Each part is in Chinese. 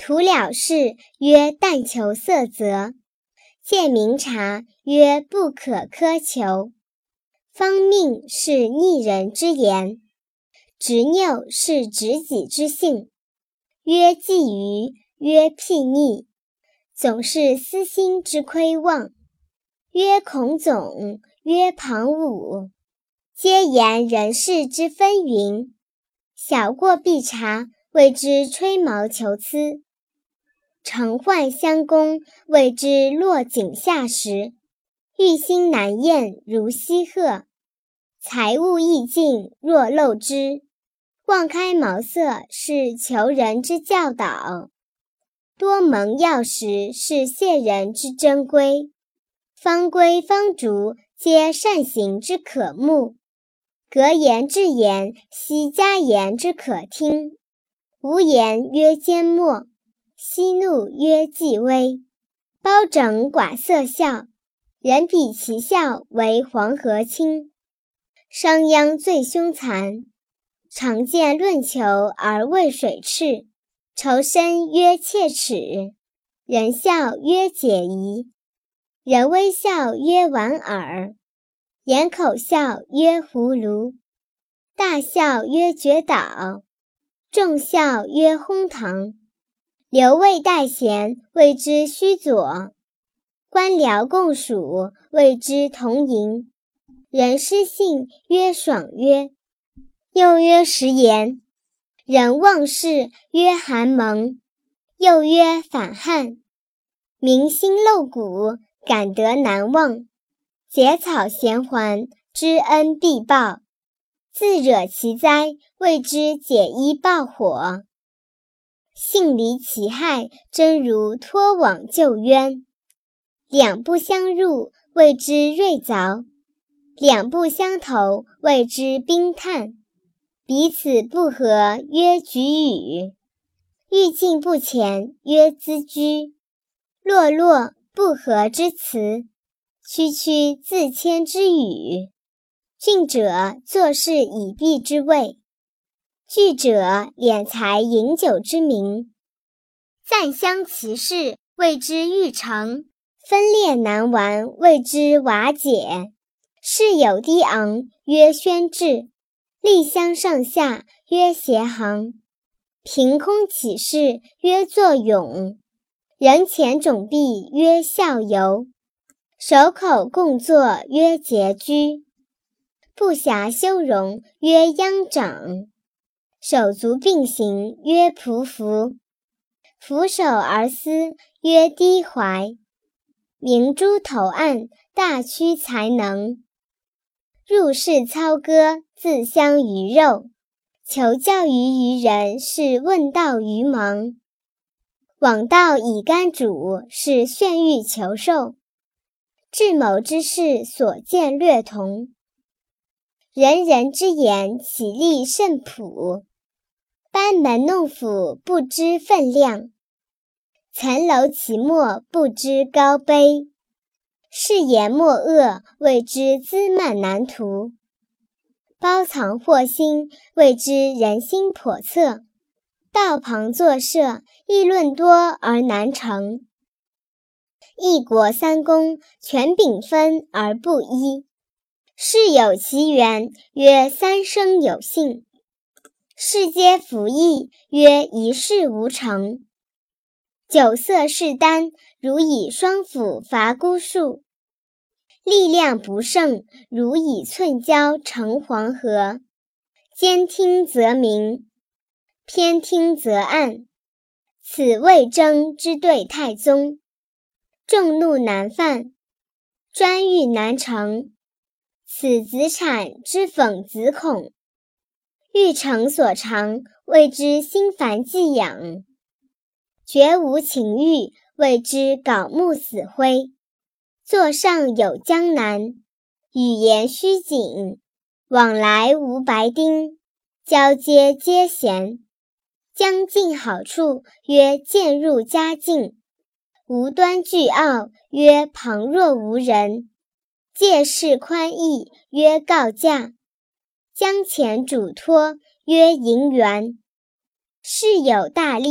图了事，曰但求色泽；见明察，曰不可苛求。方命是逆人之言，执拗是执己之性。曰觊觎，曰睥睨，总是私心之亏妄。曰恐总，曰旁侮，皆言人事之纷纭。小过必察，谓之吹毛求疵；承患相攻，谓之落井下石。欲心难验，如西壑；财物易尽，若漏之。妄开茅塞，是求人之教导；多蒙药食，是谢人之珍规。方规方竹，皆善行之可慕；格言致言，悉佳言之可听。无言曰缄默，息怒曰忌微。包拯寡色笑，人比其笑为黄河清。商鞅最凶残，常见论求而畏水赤。仇深曰切齿，人笑曰解疑。人微笑曰莞尔，掩口笑曰葫芦。大笑曰厥倒，众笑曰烘堂。留位待贤，谓之虚左；官僚共属，谓之同淫。人失信，曰爽约。又曰食言。人忘事，曰寒蒙。又曰反汉。民心漏骨，感得难忘。结草衔环，知恩必报。自惹其灾，谓之解衣报火。性离其害，真如脱网救冤。两不相入，谓之锐凿；两不相投，谓之冰炭。彼此不和，曰举语；欲进不前，曰咨居。落落，不和之辞；区区，自谦之语。俊者，做事以避之谓；惧者，敛财饮酒之名。暂相其事，谓之欲成；分裂难完，谓之瓦解。事有低昂，曰宣制；力相上下，曰协行；凭空起事，曰作俑；人前踵避，曰效尤；手口共作，曰拮据；不暇修容，曰央长；手足并行，曰匍匐；俯首而思，曰低怀；明珠投暗，大屈才能；入室操戈，自相鱼肉；求教于人，是问道于盲；枉道以干主，是炫欲求寿；智谋之士，所见略同；人人之言，其力甚朴；班门弄斧，不知分量；层楼其末，不知高卑；是言莫恶，谓之滋蔓难图；包藏祸心，谓之人心叵测；道旁作设，议论多而难成；一国三公，权柄分而不一；事有其源，曰三生有幸；事皆服役，曰一事无成；酒色是丹，如以双斧伐孤树；力量不胜，如以寸胶成黄河。兼听则明，偏听则暗。此谓征之对太宗。众怒难犯，专欲难成。此子产之讽子孔。欲成所长，谓之心烦寄养；绝无情欲，谓之槁木死灰。座上有江南，语言虚谨；往来无白丁，交接皆闲。将尽好处，曰渐入佳境；无端倨傲，曰旁若无人；借势宽义，曰告假；将前嘱托，曰迎援；事有大利，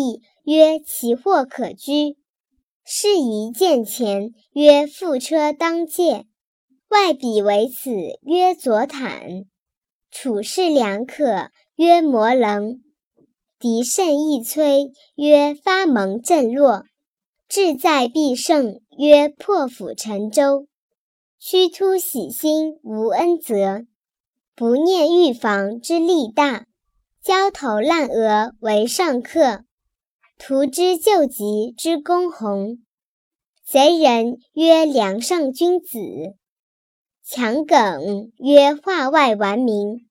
曰其货可居。适宜见前，曰覆车当介。外比为此，曰左坦。处事良可，曰摩棱。敌甚易摧，曰发蒙震落。志在必胜，曰破釜沉舟。虚突喜心，无恩泽。不念预防之力大，焦头烂额为上客。图之救急之公弘。贼人曰梁上君子。强梗曰化外顽民。